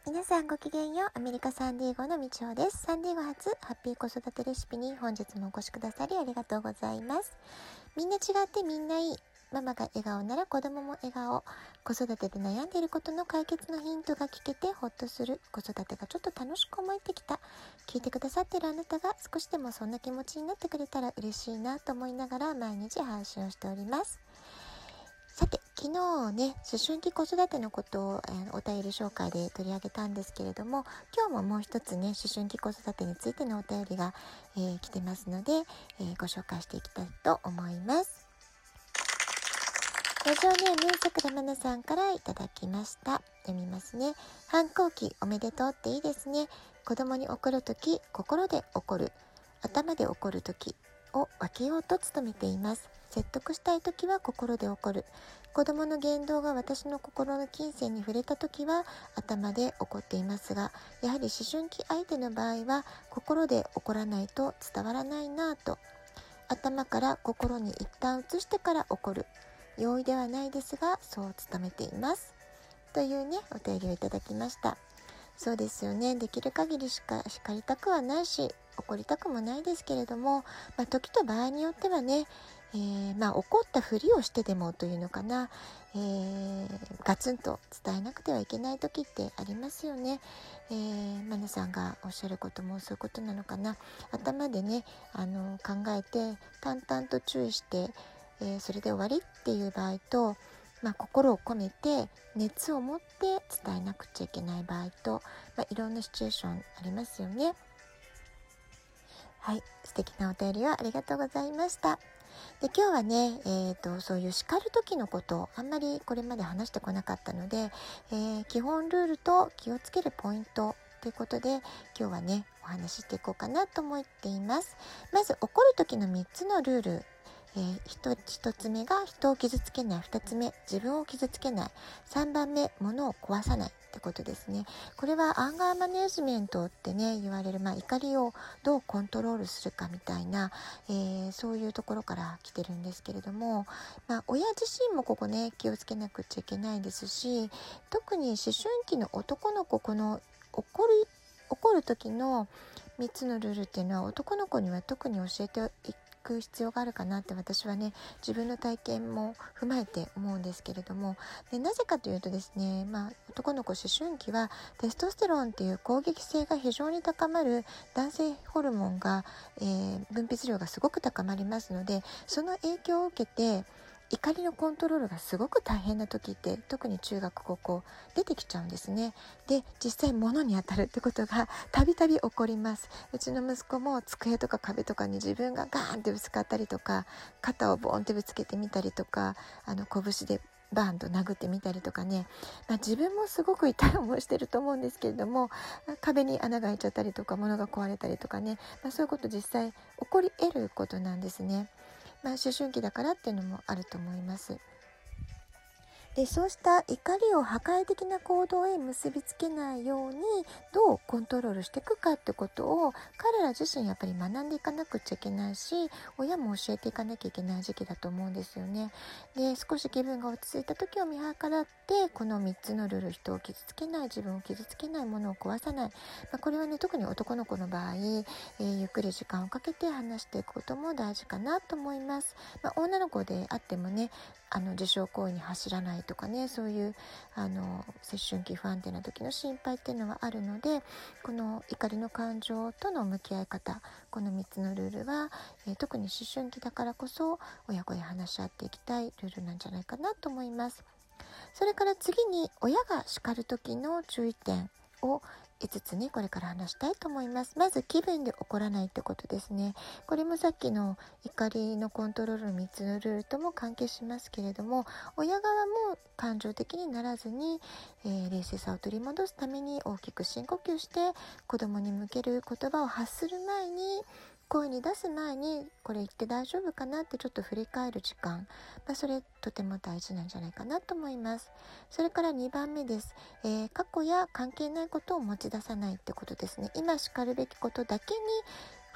皆さんごきげんよう。アメリカサンディエゴのみちおです。サンディエゴ発ハッピー子育てレシピに本日もお越しくださりありがとうございます。みんな違ってみんないい。ママが笑顔なら子供も笑顔。子育てで悩んでいることの解決のヒントが聞けてほっとする。子育てがちょっと楽しく思えてきた。聞いてくださっているあなたが少しでもそんな気持ちになってくれたら嬉しいなと思いながら毎日配信をしております。さて、昨日ね、思春期子育てのことを、お便り紹介で取り上げたんですけれども、今日ももう一つね、思春期子育てについてのお便りが、来てますので、ご紹介していきたいと思います。ラジオネームさくらまなさんからいただきました。読みますね。反抗期おめでとうっていいですね。子供に怒るとき、心で怒る。頭で怒るときを分けようと努めています。説得したいときは心で怒る。子供の言動が私の心の金銭に触れたときは頭で怒っていますが、やはり思春期相手の場合は心で怒らないと伝わらないなぁと。頭から心に一旦移してから怒る。容易ではないですが、そう努めています。というね、お便りをいただきました。そうですよね。できる限り叱りたくはないし、怒りたくもないですけれども、時と場合によってはね、怒ったふりをしてでもというのかな、ガツンと伝えなくてはいけない時ってありますよね。マナさんがおっしゃることもそういうことなのかな。頭でね、考えて淡々と注意して、それで終わりっていう場合と、心を込めて熱を持って伝えなくちゃいけない場合と、いろんなシチュエーションありますよね。はい、素敵なお便りをありがとうございました。で、今日はね、そういう叱る時のことをあんまりこれまで話してこなかったので、基本ルールと気をつけるポイントということで、今日はね、お話ししていこうかなと思っています。まず、怒る時の3つのルール。1つ目が人を傷つけない。2つ目、自分を傷つけない。3番目、物を壊さないってことですね。これはアンガーマネジメントってね、言われる、怒りをどうコントロールするかみたいな、そういうところから来てるんですけれども、親自身もここね、気をつけなくちゃいけないですし、特に思春期の男の子、この怒る時の3つのルールっていうのは男の子には特に教えていく必要があるかなって私はね、自分の体験も踏まえて思うんですけれども、でなぜかというとですね、男の子思春期はテストステロンっていう攻撃性が非常に高まる男性ホルモンが、分泌量がすごく高まりますので、その影響を受けて怒りのコントロールがすごく大変な時って、特に中学高校出てきちゃうんですね。で、実際物に当たるってことがたびたび起こります。うちの息子も机とか壁とかに自分がガーンってぶつかったりとか、肩をボーンってぶつけてみたりとか、拳でバーンと殴ってみたりとかね、自分もすごく痛い思いしてると思うんですけれども、壁に穴が開いちゃったりとか、物が壊れたりとかね、そういうこと実際起こり得ることなんですね。思春期だからっていうのもあると思います。で、そうした怒りを破壊的な行動へ結びつけないようにどうコントロールしていくかってことを彼ら自身やっぱり学んでいかなくちゃいけないし、親も教えていかなきゃいけない時期だと思うんですよね。で、少し気分が落ち着いた時を見計らってこの3つのルール、人を傷つけない、自分を傷つけない、ものを壊さない、これはね、特に男の子の場合、ゆっくり時間をかけて話していくことも大事かなと思います。女の子であってもね、自傷行為に走らないとかね、そういう思春期不安定な時の心配っていうのはあるので、この怒りの感情との向き合い方、この3つのルールは、特に思春期だからこそ親子で話し合っていきたいルールなんじゃないかなと思います。それから次に親が叱る時の注意点を5つね、これから話したいと思います。まず気分で怒らないってことですね。これもさっきの怒りのコントロールの3つのルールとも関係しますけれども、親側も感情的にならずに、冷静さを取り戻すために大きく深呼吸して子供に向ける言葉を発する前に、声に出す前にこれ言って大丈夫かなってちょっと振り返る時間、それとても大事なんじゃないかなと思います。それから2番目です。過去や関係ないことを持ち出さないってことですね。今しかるべきことだけに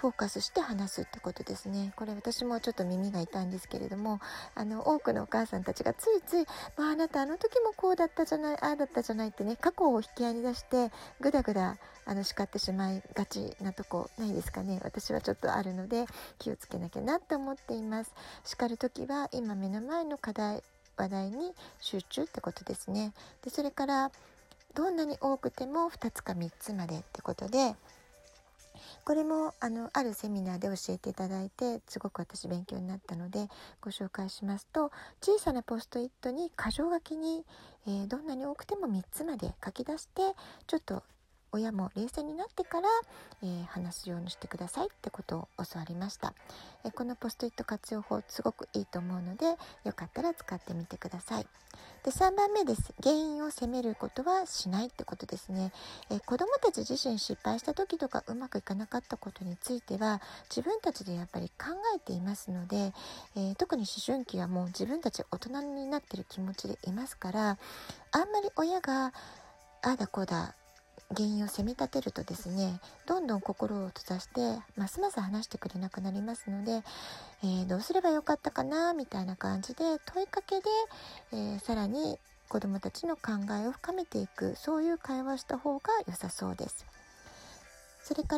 フォーカスして話すってことですね。これ私もちょっと耳が痛いんですけれども、多くのお母さんたちがついつい、あなたあの時もこうだったじゃない、ああだったじゃないってね、過去を引き合いに出してぐだぐだ叱ってしまいがちなとこないですかね。私はちょっとあるので気をつけなきゃなって思っています。叱る時は今目の前の話題に集中ってことですね。でそれからどんなに多くても2つか3つまでってことで、これもあるセミナーで教えていただいてすごく私勉強になったのでご紹介しますと、小さなポストイットに箇条書きに、どんなに多くても3つまで書き出して、ちょっと親も冷静になってから、話すようにしてくださいってことを教わりました。このポストイット活用法すごくいいと思うので、よかったら使ってみてください。で3番目です。原因を責めることはしないってことですね。子どもたち自身失敗した時とかうまくいかなかったことについては自分たちでやっぱり考えていますので、特に思春期はもう自分たち大人になっている気持ちでいますから、あんまり親がああだこうだ原因を責め立てるとですね、どんどん心を閉ざしてますます話してくれなくなりますので、どうすればよかったかなみたいな感じで問いかけで、さらに子どもたちの考えを深めていく、そういう会話をした方が良さそうです。それから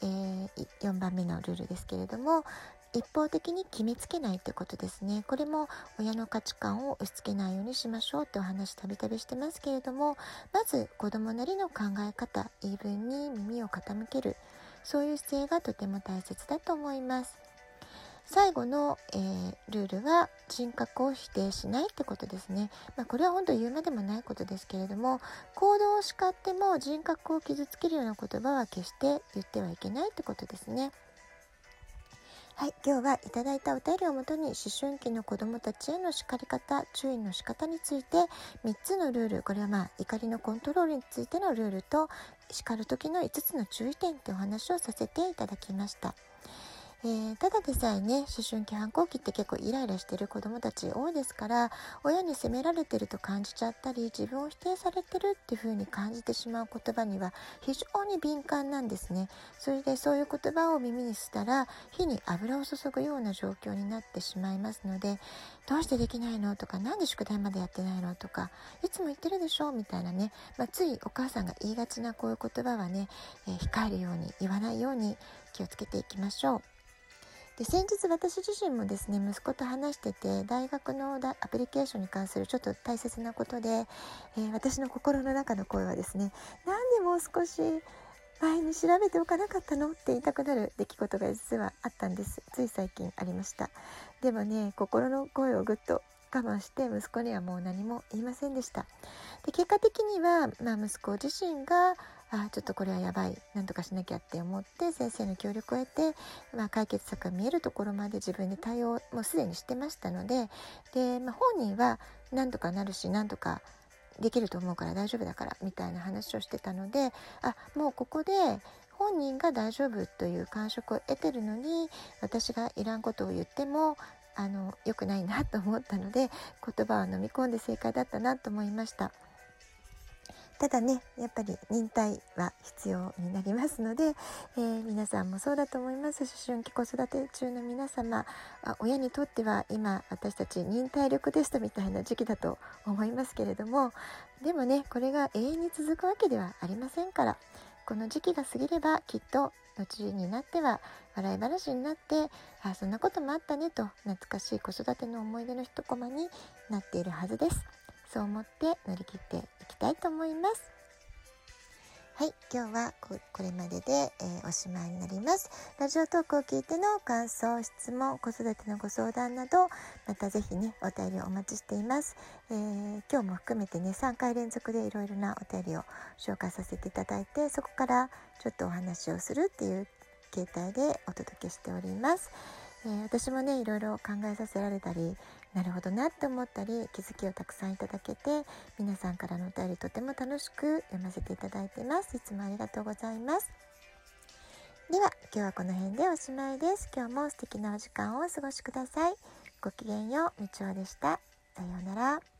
、4番目のルールですけれども、一方的に決めつけないってことですね。これも親の価値観を押し付けないようにしましょうってお話たびたびしてますけれども、まず子どもなりの考え方、言い分に耳を傾ける、そういう姿勢がとても大切だと思います。最後の、ルールは人格を否定しないってことですね。これは本当言うまでもないことですけれども、行動を叱っても人格を傷つけるような言葉は決して言ってはいけないってことですね。はい、今日はいただいたお便りをもとに思春期の子どもたちへの叱り方、注意の仕方について3つのルール、これは怒りのコントロールについてのルールと叱る時の5つの注意点というお話をさせていただきました。ただでさえね、思春期反抗期って結構イライラしてる子どもたち多いですから、親に責められてると感じちゃったり、自分を否定されてるっていう風に感じてしまう言葉には非常に敏感なんですね。それでそういう言葉を耳にしたら火に油を注ぐような状況になってしまいますので、どうしてできないのとか、なんで宿題までやってないのとか、いつも言ってるでしょみたいなね、ついお母さんが言いがちなこういう言葉はね、控えるように、言わないように気をつけていきましょう。で先日私自身もですね、息子と話してて、大学のアプリケーションに関するちょっと大切なことで、私の心の中の声はですね、なんでもう少し前に調べておかなかったのって言いたくなる出来事が実はあったんです。つい最近ありました。でもね、心の声をぐっと我慢して息子にはもう何も言いませんでした。で結果的には、息子自身がちょっとこれはやばい、なんとかしなきゃって思って先生の協力を得て、解決策が見えるところまで自分で対応もうすでにしてましたので、本人はなんとかなるし、なんとかできると思うから大丈夫だからみたいな話をしてたので、もうここで本人が大丈夫という感触を得てるのに、私がいらんことを言っても良くないなと思ったので、言葉を飲み込んで正解だったなと思いました。ただね、やっぱり忍耐は必要になりますので、皆さんもそうだと思います。思春期子育て中の皆様、親にとっては今私たち忍耐力テストみたいな時期だと思いますけれども、でもね、これが永遠に続くわけではありませんから、この時期が過ぎればきっと後になっては笑い話になって、そんなこともあったねと懐かしい子育ての思い出の一コマになっているはずです。そう思って乗り切っていきたいと思います。はい、今日はこれまでで、おしまいになります。ラジオトークを聞いての感想、質問、子育てのご相談など、またぜひね、お便りをお待ちしています。今日も含めてね、3回連続でいろいろなお便りを紹介させていただいて、そこからちょっとお話をするっていう形態でお届けしております。私もね、いろいろ考えさせられたり、なるほどなって思ったり、気づきをたくさんいただけて、皆さんからのお便りとても楽しく読ませていただいてます。いつもありがとうございます。では今日はこの辺でおしまいです。今日も素敵なお時間をお過ごしください。ごきげんよう、みちおでした。さようなら。